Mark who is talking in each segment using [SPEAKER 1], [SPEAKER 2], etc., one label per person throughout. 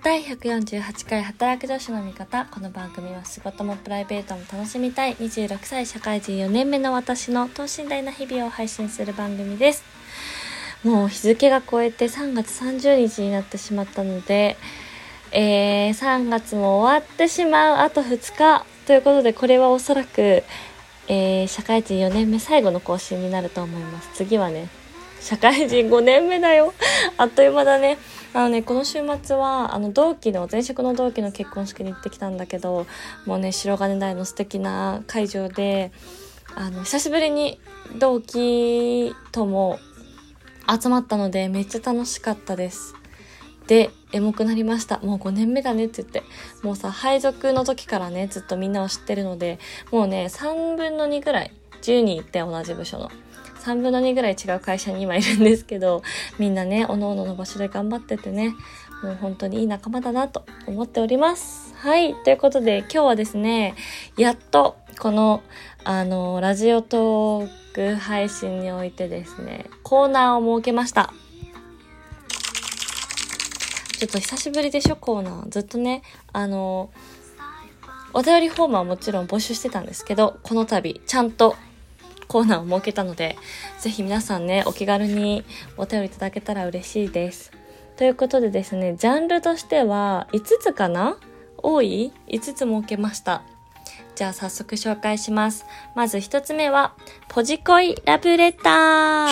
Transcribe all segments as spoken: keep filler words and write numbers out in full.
[SPEAKER 1] だいひゃくよんじゅうはちかい働く女子の味方。この番組は仕事もプライベートも楽しみたいにじゅうろくさい社会人よねんめの私の等身大な日々を配信する番組です。もう日付が超えてさんがつさんじゅうにちになってしまったので、えー、さんがつも終わってしまう。あとふつかということで、これはおそらく、えー、社会人よねんめ最後の更新になると思います。次はね、社会人ごねんめだよ。あっという間だね。あのね、この週末はあの同期の前職の同期の結婚式に行ってきたんだけど、もうね、白金台の素敵な会場で、あの久しぶりに同期とも集まったので、めっちゃ楽しかったです。で、エモくなりました。もうごねんめだねって言って、もうさ、配属の時からね、ずっとみんなを知ってるので、もうね、さんぶんのにぐらい、じゅうにんいて、同じ部署のさんぶんのにぐらい違う会社に今いるんですけど、みんなね、おのおのの場所で頑張っててね、もう本当にいい仲間だなと思っております。はい、ということで今日はですね、やっとこのあのラジオトーク配信においてですね、コーナーを設けました。ちょっと久しぶりでしょ、コーナー。ずっとね、あのお便りフォームはもちろん募集してたんですけど、この度ちゃんとコーナーを設けたので、ぜひ皆さんね、お気軽にお便りいただけたら嬉しいです。ということでですね、ジャンルとしてはいつつかな？多い？ いつつ設けました。じゃあ早速紹介します。まずひとつめは、ポジ恋ラブレター。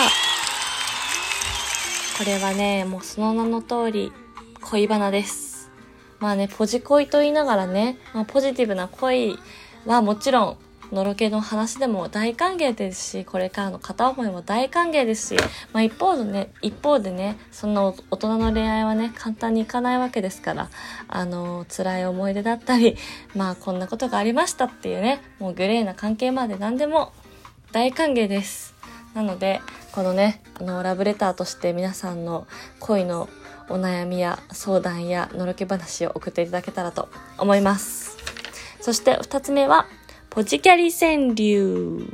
[SPEAKER 1] これはね、もうその名の通り、恋バナです。まあね、ポジ恋と言いながらね、まあ、ポジティブな恋はもちろん、のろけの話でも大歓迎ですし、これからの片思いも大歓迎ですし、まあ一方でね、一方でね、その大人の恋愛はね、簡単にいかないわけですから、あの、辛い思い出だったり、まあこんなことがありましたっていうね、もうグレーな関係まで何でも大歓迎です。なので、このね、あの、ラブレターとして皆さんの恋のお悩みや相談やのろけ話を送っていただけたらと思います。そして二つ目は、ポジキャリ川柳。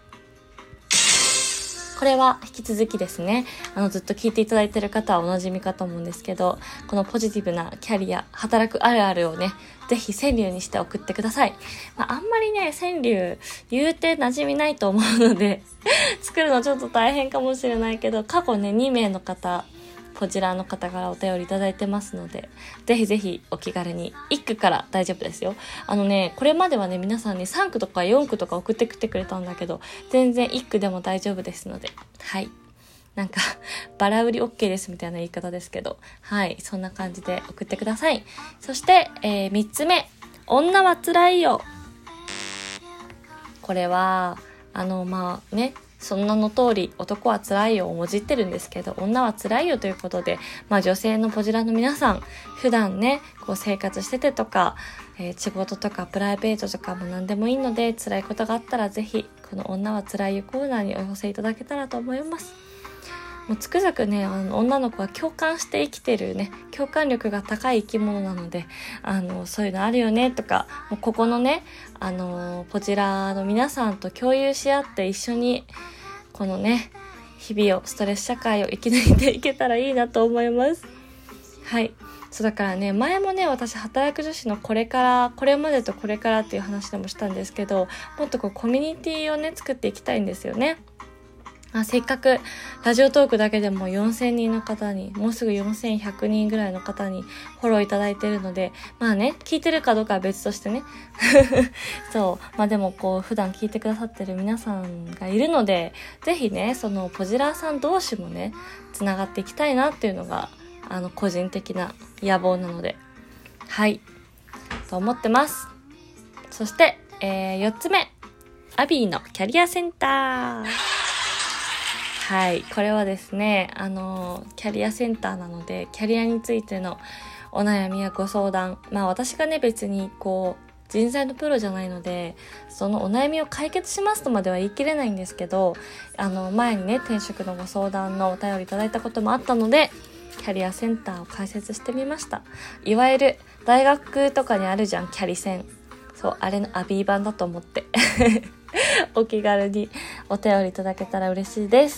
[SPEAKER 1] これは引き続きですね、あのずっと聞いていただいている方はおなじみかと思うんですけど、このポジティブなキャリア、働くあるあるをね、ぜひ川柳にして送ってください。まあ、あんまりね、川柳言うて馴染みないと思うので作るのちょっと大変かもしれないけど、過去ねにめいの方、こちらの方からお便りいただいてますので、ぜひぜひお気軽に一句から大丈夫ですよ。あのね、これまではね、皆さんにさんくとかよんくとか送ってきてくれたんだけど、全然一句でも大丈夫ですので、はい。なんかバラ売り OK ですみたいな言い方ですけど、はい、そんな感じで送ってください。そして、えー、みっつめ、女は辛いよ。これはあのまあね、その名の通り男は辛いよをもじってるんですけど、女は辛いよということで、まあ女性のポジラの皆さん、普段ねこう生活しててとか、えー、仕事とかプライベートとかも何でもいいので、辛いことがあったらぜひこの女は辛いよコーナーにお寄せいただけたらと思います。もうつくづくね、あの女の子は共感して生きてるね、共感力が高い生き物なので、あのそういうのあるよねとか、もうここのね、あのポジラの皆さんと共有し合って一緒にこのね日々を、ストレス社会を生き抜いていけたらいいなと思います。はい、そうだからね、前もね、私働く女子のこれからこれまでとこれからっていう話でもしたんですけど、もっとこうコミュニティをね作っていきたいんですよね。あ、せっかくラジオトークだけでもよんせんにんの方に、もうすぐよんせんひゃくにんぐらいの方にフォローいただいてるので、まあね、聞いてるかどうかは別としてねそう、まあでもこう普段聞いてくださってる皆さんがいるので、ぜひね、そのポジラーさん同士もねつながっていきたいなっていうのがあの個人的な野望なので、はいと思ってます。そして、えー、よっつめ、アビーのキャリアセンター。はい、これはですね、あのキャリアセンターなので、キャリアについてのお悩みやご相談、まあ私がね別にこう人材のプロじゃないので、そのお悩みを解決しますとまでは言い切れないんですけど、あの前にね転職のご相談のお便りいただいたこともあったので、キャリアセンターを開設してみました。いわゆる大学とかにあるじゃん、キャリセン。そう、あれのアビー版だと思ってお気軽にお便りいただけたら嬉しいです。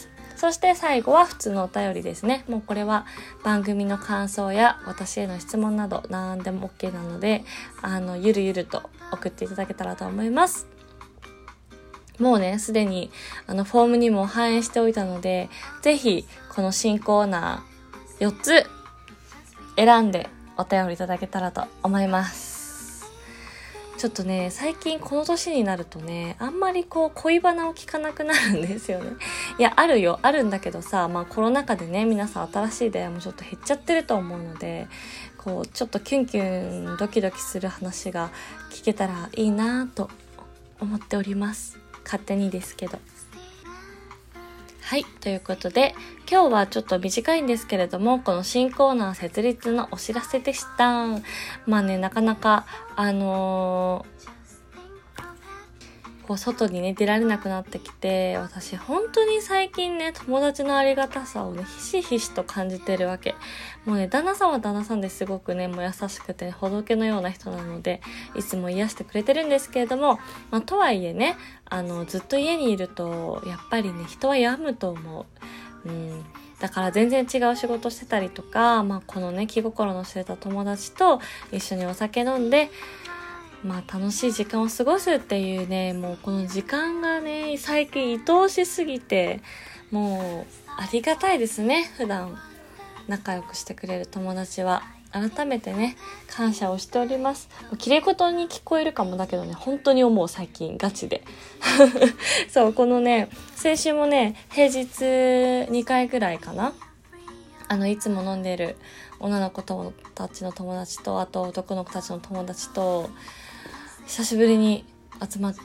[SPEAKER 1] そして最後は普通のお便りですね。もうこれは番組の感想や私への質問など何でも OK なので、あのゆるゆると送っていただけたらと思います。もうね、すでにあのフォームにも反映しておいたので、ぜひこの新コーナーよっつ選んでお便りいただけたらと思います。ちょっとね、最近この年になるとね、あんまりこう恋バナを聞かなくなるんですよね。いや、あるよ、あるんだけどさ、まあコロナ禍でね、皆さん新しい出会いもちょっと減っちゃってると思うので、こうちょっとキュンキュンドキドキする話が聞けたらいいなと思っております。勝手にですけど。はい、ということで今日はちょっと短いんですけれども、この新コーナー設立のお知らせでした。まあね、なかなかあのー、こう外にね出られなくなってきて、私本当に最近ね友達のありがたさをねひしひしと感じてるわけ。もうね、旦那さんは旦那さんですごくねもう優しくて、ね、ほどけのような人なのでいつも癒してくれてるんですけれども、まあ、とはいえね、あのずっと家にいるとやっぱりね人は病むと思う。うん、だから全然違う仕事してたりとか、まあ、このね気心の知れた友達と一緒にお酒飲んで、まあ楽しい時間を過ごすっていうね、もうこの時間がね最近愛おしすぎて、もうありがたいですね。普段仲良くしてくれる友達は改めてね感謝をしております。綺麗事に聞こえるかもだけどね、本当に思う、最近ガチでそう、このね先週もね平日にかいぐらいかな、あのいつも飲んでる女の子たちの友達と、あと男の子たちの友達と久しぶりに集まって、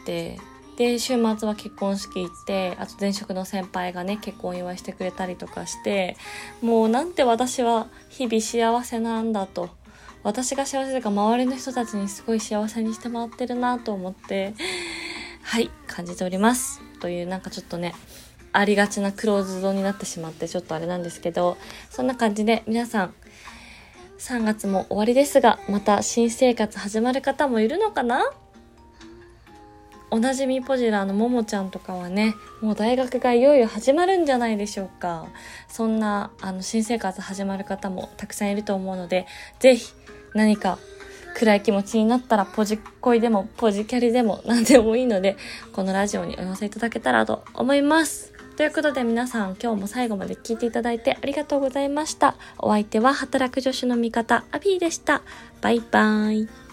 [SPEAKER 1] で週末は結婚式行って、あと前職の先輩がね結婚お祝いしてくれたりとかして、もうなんて私は日々幸せなんだと、私が幸せだから周りの人たちにすごい幸せにしてもらってるなと思ってはい感じておりますという、なんかちょっとねありがちなクローズドになってしまってちょっとあれなんですけど、そんな感じで皆さんさんがつも終わりですが、また新生活始まる方もいるのかな。おなじみポジラーのももちゃんとかはね、もう大学がいよいよ始まるんじゃないでしょうか。そんなあの新生活始まる方もたくさんいると思うので、ぜひ何か暗い気持ちになったらポジ恋でもポジキャリでも何でもいいので、このラジオにお寄せいただけたらと思います。ということで皆さん、今日も最後まで聞いていただいてありがとうございました。お相手は働く女子の味方アビーでした。バイバイ。